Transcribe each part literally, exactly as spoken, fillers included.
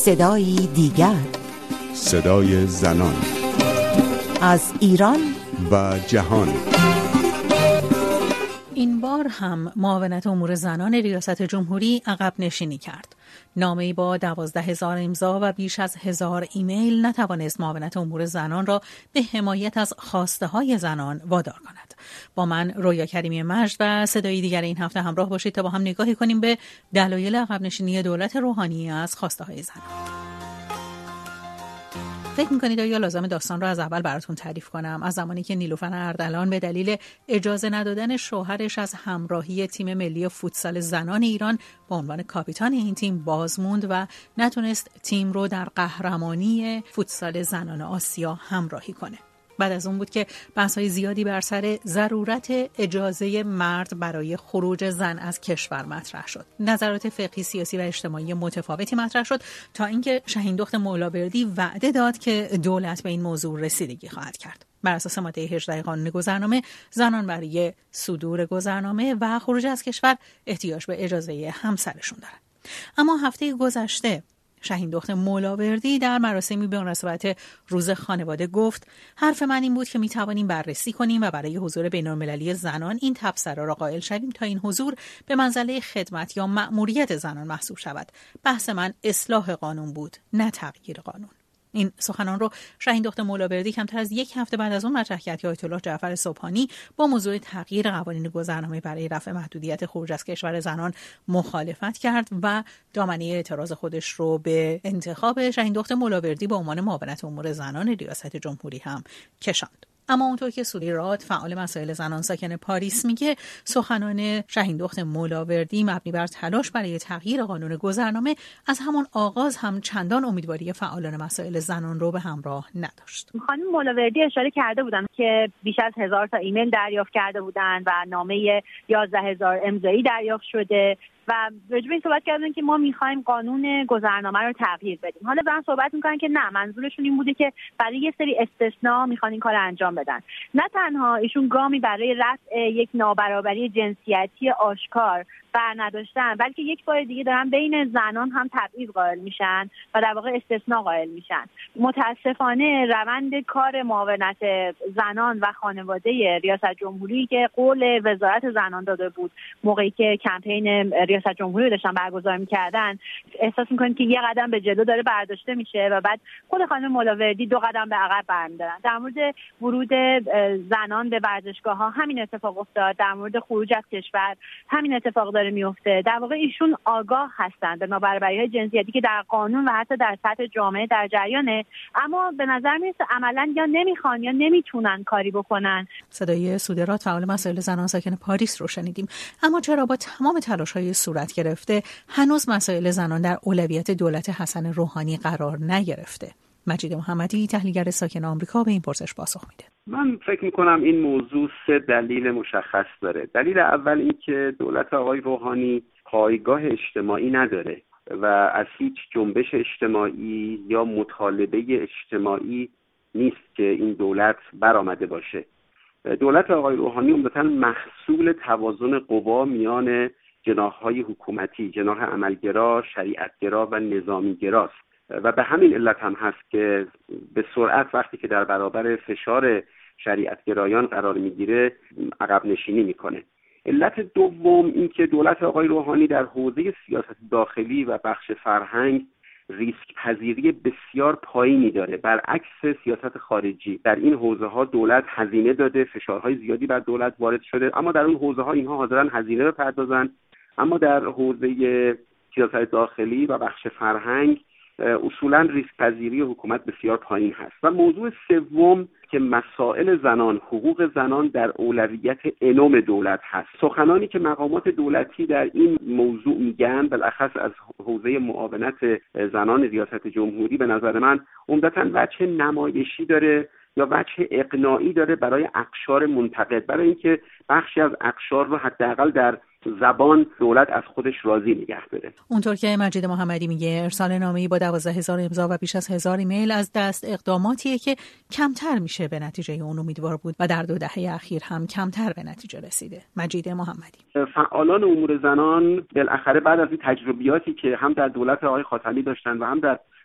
صدایی دیگر، صدای زنان از ایران و جهان. این بار هم معاونت امور زنان ریاست جمهوری عقب نشینی کرد. نامه‌ای با دوازده هزار امضا و بیش از هزار ایمیل نتوانست معاونت امور زنان را به حمایت از خواسته‌های زنان وادار کند. با من رویا کریمی مجد و صدای دیگر این هفته همراه باشید تا با هم نگاهی کنیم به دلایل عقب نشینی دولت روحانی از خواسته‌های زنان. فکر می‌کنید آیا لازم داستان را از اول براتون تعریف کنم؟ از زمانی که نیلوفر اردلان به دلیل اجازه ندادن شوهرش از همراهی تیم ملی فوتسال زنان ایران به عنوان کاپیتان این تیم بازموند و نتونست تیم رو در قهرمانی فوتسال زنان آسیا همراهی کنه. بعد از اون بود که بحث‌های زیادی بر سر ضرورت اجازه مرد برای خروج زن از کشور مطرح شد. نظرات فقهی، سیاسی و اجتماعی متفاوتی مطرح شد تا اینکه شهیندخت مولاوردی وعده داد که دولت به این موضوع رسیدگی خواهد کرد. بر اساس ماده هجده قانون گذرنامه، زنان برای صدور گذرنامه و خروج از کشور احتیاج به اجازه همسرشون دارن. اما هفته گذشته شهیندخت مولاوردی در مراسمی به مناسبت روز خانواده گفت: حرف من این بود که می توانیم بررسی کنیم و برای حضور بین‌المللی زنان این تبصره را قائل شویم تا این حضور به منزله خدمت یا مأموریت زنان محسوب شود. بحث من اصلاح قانون بود، نه تغییر قانون. این سخنان رو شهیندخت مولاوردی کمتر از یک هفته بعد از اون مطرح کرد که آیت الله جعفر سبحانی با موضوع تغییر قوانین گذرنامه برای رفع محدودیت خروج از کشور زنان مخالفت کرد و دامنه اعتراض خودش رو به انتخاب شهیندخت مولاوردی به عنوان معاونت امور زنان ریاست جمهوری هم کشاند. اما اونطور که سوری راد، فعال مسائل زنان ساکن پاریس، میگه سخنان شهیندخت مولاوردی مبنی بر تلاش برای تغییر قانون گذرنامه از همون آغاز هم چندان امیدواری فعالان مسائل زنان رو به همراه نداشت. خانم مولاوردی اشاره کرده بودن که بیش از هزار تا ایمیل دریافت کرده بودن و نامه یازده هزار امضایی دریافت شده و راجع به این صحبت کردن که ما می‌خوایم قانون گذرنامه رو تغییر بدیم. حالا دارن صحبت می‌کنن که نه، منظورشون این بوده که برای یه سری استثناء می‌خوان این کارو انجام بدن. نه تنها ایشون گامی برای رفع یک نابرابری جنسیتی آشکار بر نداشتن، بلکه یک بار دیگه دارن بین زنان هم تبعیض قائل میشن و در واقع استثناء قائل میشن. متاسفانه روند کار معاونت زنان و خانواده ریاست جمهوری که قول وزارت زنان داده بود موقعی که کمپین ریاست جمهوری داشتن برگزار میکردن، احساس میکنیم که یه قدم به جلو داره برداشته میشه و بعد خود خانم مولاوردی دو قدم به عقب برمیدارن. در مورد ورود زنان به ورزشگاه ها همین اتفاق افتاد، در مورد خروج از کشور همین اتفاق داره میفته. در واقع ایشون آگاه هستند به نابرابری‌های جنسیتی که در قانون و حتی در سطح جامعه در جریانه، اما به نظر میاد عملاً یا نمیخوان یا نمیتونن کاری بکنن. صدای سودرات، فعال مسائل زنان ساکن پاریس رو شنیدیم. اما چرا با تمام تلاش‌های صورت گرفته هنوز مسائل زنان در اولویت دولت حسن روحانی قرار نگرفته؟ مجید محمدی، تحلیلگر ساکن آمریکا، به این پرسش پاسخ میده. من فکر میکنم این موضوع سه دلیل مشخص داره. دلیل اول این که دولت آقای روحانی پایگاه اجتماعی نداره و از هیچ جنبش اجتماعی یا مطالبه اجتماعی نیست که این دولت برآمده باشه. دولت آقای روحانی عمدتاً محصول توازن قوا میان جناح‌های حکومتی، جناح عملگرا، شریعتگرا و نظامیگراست و به همین علت هم هست که به سرعت وقتی که در برابر فشار شریعتگرایان قرار میگیره عقب نشینی میکنه. علت دوم این که دولت آقای روحانی در حوزه سیاست داخلی و بخش فرهنگ ریسک پذیری بسیار پایینی داره، برعکس سیاست خارجی. در این حوزه ها دولت هزینه داده، فشارهای زیادی بر دولت وارد شده، اما در اون حوزه ها اینها حاضرن هزینه بپردازن. اما در حوزه سیاست داخلی و بخش فرهنگ اصولاً ریسک پذیری حکومت بسیار پایین هست. و موضوع سوم که مسائل زنان، حقوق زنان در اولویت انوم دولت هست. سخنانی که مقامات دولتی در این موضوع میگن، بالاخص از حوزه معاونت زنان ریاست جمهوری، به نظر من عمدتاً وجه نمایشی داره یا وجه اقناعی داره برای اقشار منتقد، برای اینکه بخشی از اقشار رو حداقل در زبان دولت از خودش راضی نگه داره. اونطور که مجید محمدی میگه، ارسال نامه‌ای با دوازده هزار امضا و بیش از هزار ایمیل از دست اقداماتیه که کمتر میشه به نتیجه اون امیدوار بود و در دو دهه اخیر هم کمتر به نتیجه رسیده. مجید محمدی: فعالان امور زنان بالاخره بعد از این تجربیاتی که هم در دولت آقای خاتمی داشتن و هم در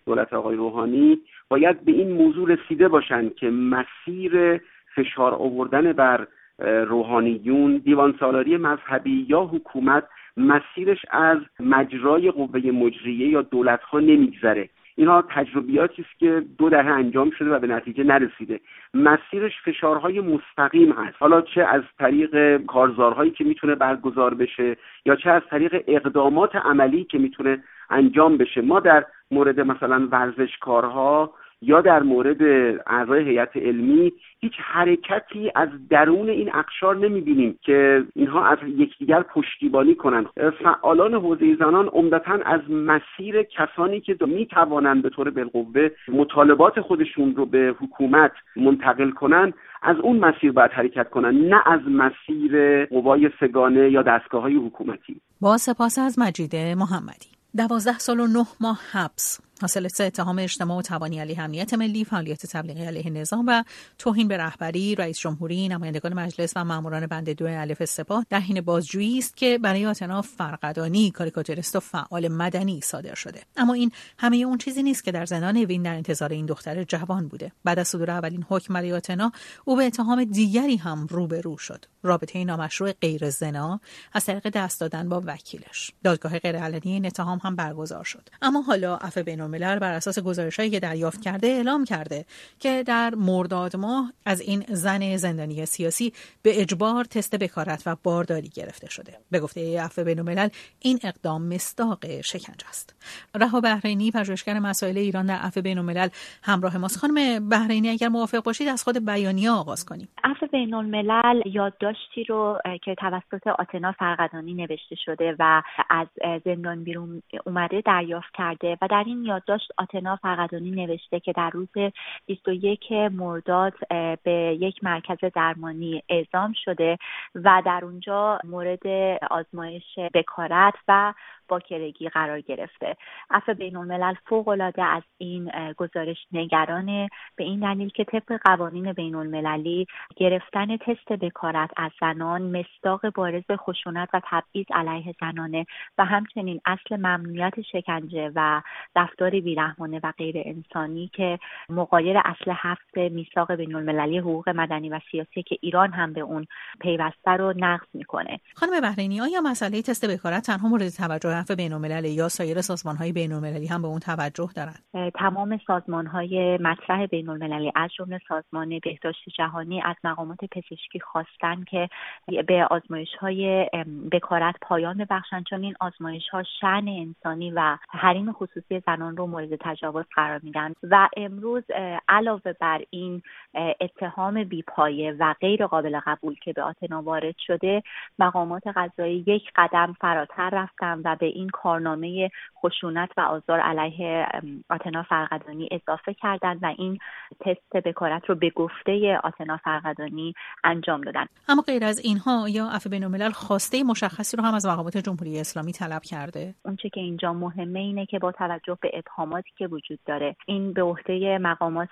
دولت آقای روحانی باید به این موضوع رسیده باشند که مسیر فشار آوردن بر روحانیون، دیوان سالاری مذهبی یا حکومت مسیرش از مجرای قوه مجریه یا دولت‌ها نمیگذره. اینها تجربیاتی است که دو دهه انجام شده و به نتیجه نرسیده. مسیرش فشارهای مستقیم هست، حالا چه از طریق کارزارهایی که میتونه برگزار بشه یا چه از طریق اقدامات عملی که میتونه انجام بشه. ما در مورد مثلا ورزشکارها یا در مورد اعضای هیئت علمی هیچ حرکتی از درون این اقشار نمی‌بینیم که اینها از یکدیگر پشتیبانی کنند. فعالان حوزه زنان عمدتاً از مسیر کسانی که می‌توانند به طور بالقوه مطالبات خودشون رو به حکومت منتقل کنند از اون مسیر باید حرکت کنند، نه از مسیر قوای سگانه یا دستگاه‌های حکومتی. با سپاس از مجید محمدی. دوازده سال و نه ماه حبس حاصل سه اتهام اجتماع و تبانی علیه امنیت ملی، فعالیت تبلیغی علیه نظام و توهین به رهبری، رئیس جمهوری، نمایندگان مجلس و ماموران بند دو الف سپاه در حین بازجویی است که برای آتنا فرقدانی، کاریکاتوریست و فعال مدنی صادر شده. اما این همه اون چیزی نیست که در زندان اوین در انتظار این دختر جوان بوده. بعد از صدور اولین حکم برای آتنا، او به اتهام دیگری هم روبرو شد: رابطه نامشروع غیر زنا از طریق دست دادن با وکیلش. دادگاه غیرعلنی این اتهام هم برگزار شد. اما حالا عفو بین‌الملل بر اساس گزارش‌هایی که دریافت کرده اعلام کرده که در مرداد ماه از این زن زندانی سیاسی به اجبار تست بکارت و بارداری گرفته شده. به گفته عفو بین‌الملل این اقدام مصداق شکنجه است. رها بحرینی، پژوهشگر مسائل ایران در عفو بین‌الملل، همراه ماست. خانم بحرینی، اگر موافق باشید از خود بیانیه آغاز کنیم. عفو بین‌الملل یادداشتی رو که توسط آتنا فرقدانی نوشته شده و از زندان بیرون اومده دریافت کرده و در این یادداشت آتنا فرقدانی نوشته که در روز بیست و یک مرداد به یک مرکز درمانی اعزام شده و در اونجا مورد آزمایش بکارت و باکرگی قرار گرفته. عفو بین‌الملل فوق‌العاده از این گزارش نگرانه، به این دلیل که طبق قوانین بین‌المللی گرفتن تست بکارت از زنان مصداق بارز خشونت و تبعیض علیه زنانه و همچنین اصل ممنوعیت شکنجه و رفتار بیرحمانه و غیر انسانی که مغایر اصل هفت میثاق بین‌المللی حقوق مدنی و سیاسی که ایران هم به اون پیوسته رو نقض میکنه. خانم بحرینی، آیا مسئله تست بکارت تنها مورد توجه عفو بین‌الملل یا سایر سازمان‌های بین‌المللی هم به اون توجه دارند؟ تمام سازمان‌های مطرح بین‌المللی از جمله سازمان بهداشت جهانی از مقامات پزشکی خواستن که به آزمایش‌های بکارت پایان ببخشند، چون این آزمایش‌ها شأن انسانی و حریم خصوصی زنان رو مورد تجاوز قرار میدن و امروز علاوه بر این اتهام بی‌پایه و غیر قابل قبول که به آتنا وارد شده، مقامات قضایی یک قدم فراتر رفتن و به این کارنامه خشونت و آزار علیه آتنا فرقدانی اضافه کردند و این تست بکارت رو به گفته آتنا فرقدانی انجام دادن. اما غیر از اینها یا عفو بین‌الملل خواسته مشخصی رو هم از مقامات جمهوری اسلامی طلب کرده؟ اون چه که اینجا مهمه اینه که با توجه به ابهاماتی که وجود داره، این به عهده مقامات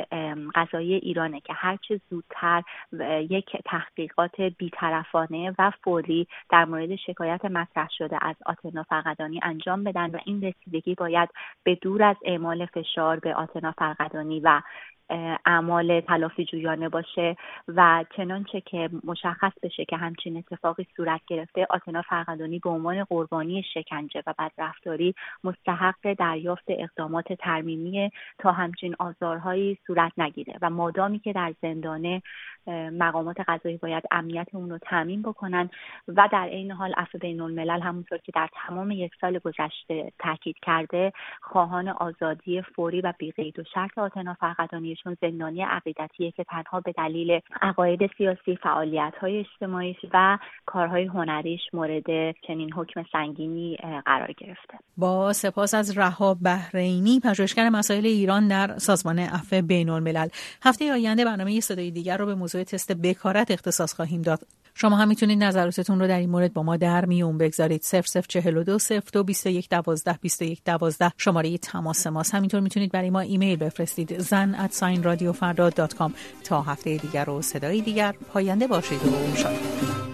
قضایی ایرانه که هر چه زودتر یک تحقیقات بی‌طرفانه و فوری در مورد شکایت مطرح شده از آتنا فرقدانی انجام بدن و این رسیدگی باید به دور از اعمال فشار به آتنا فرقدانی و اعمال تلافی جویانه باشه و چنانچه که مشخص بشه که همچین اتفاقی صورت گرفته، آتنا فرقدانی به عنوان قربانی شکنجه و بدرفتاری مستحق دریافت اقدامات ترمیمی تا همچین آزارهایی صورت نگیره و مادامی که در زندانه مقامات قضایی باید امنیت اون رو تامین بکنن و در این حال عفو بین‌الملل همونطور که در تمام یک سال گذشته تاکید کرده خواهان آزادی فوری و بی‌قید و شرط آتنا فرقدانی، چون زندانی عقیدتیه که تنها به دلیل عقاید سیاسی، فعالیت‌های اجتماعی و کارهای هنریش مورد چنین حکم سنگینی قرار گرفته. با سپاس از رها بحرینی، پژوهشگر مسائل ایران در سازمان عفو بین‌الملل. هفته آینده برنامه صدای دیگر رو به موضوع تست بکارت اختصاص خواهیم داد. شما هم میتونید نظراتتون رو در این مورد با ما در میون بگذارید. صفر صفر چهل و دو صفر دو بیست و یک دوازده بیست و یک دوازده شماره تماس ماست. همینطور میتونید برای ما ایمیل بفرستید زن ات ساین رادیو فردا دات کام. تا هفته دیگر و صدای دیگر، پاینده باشید و شاد.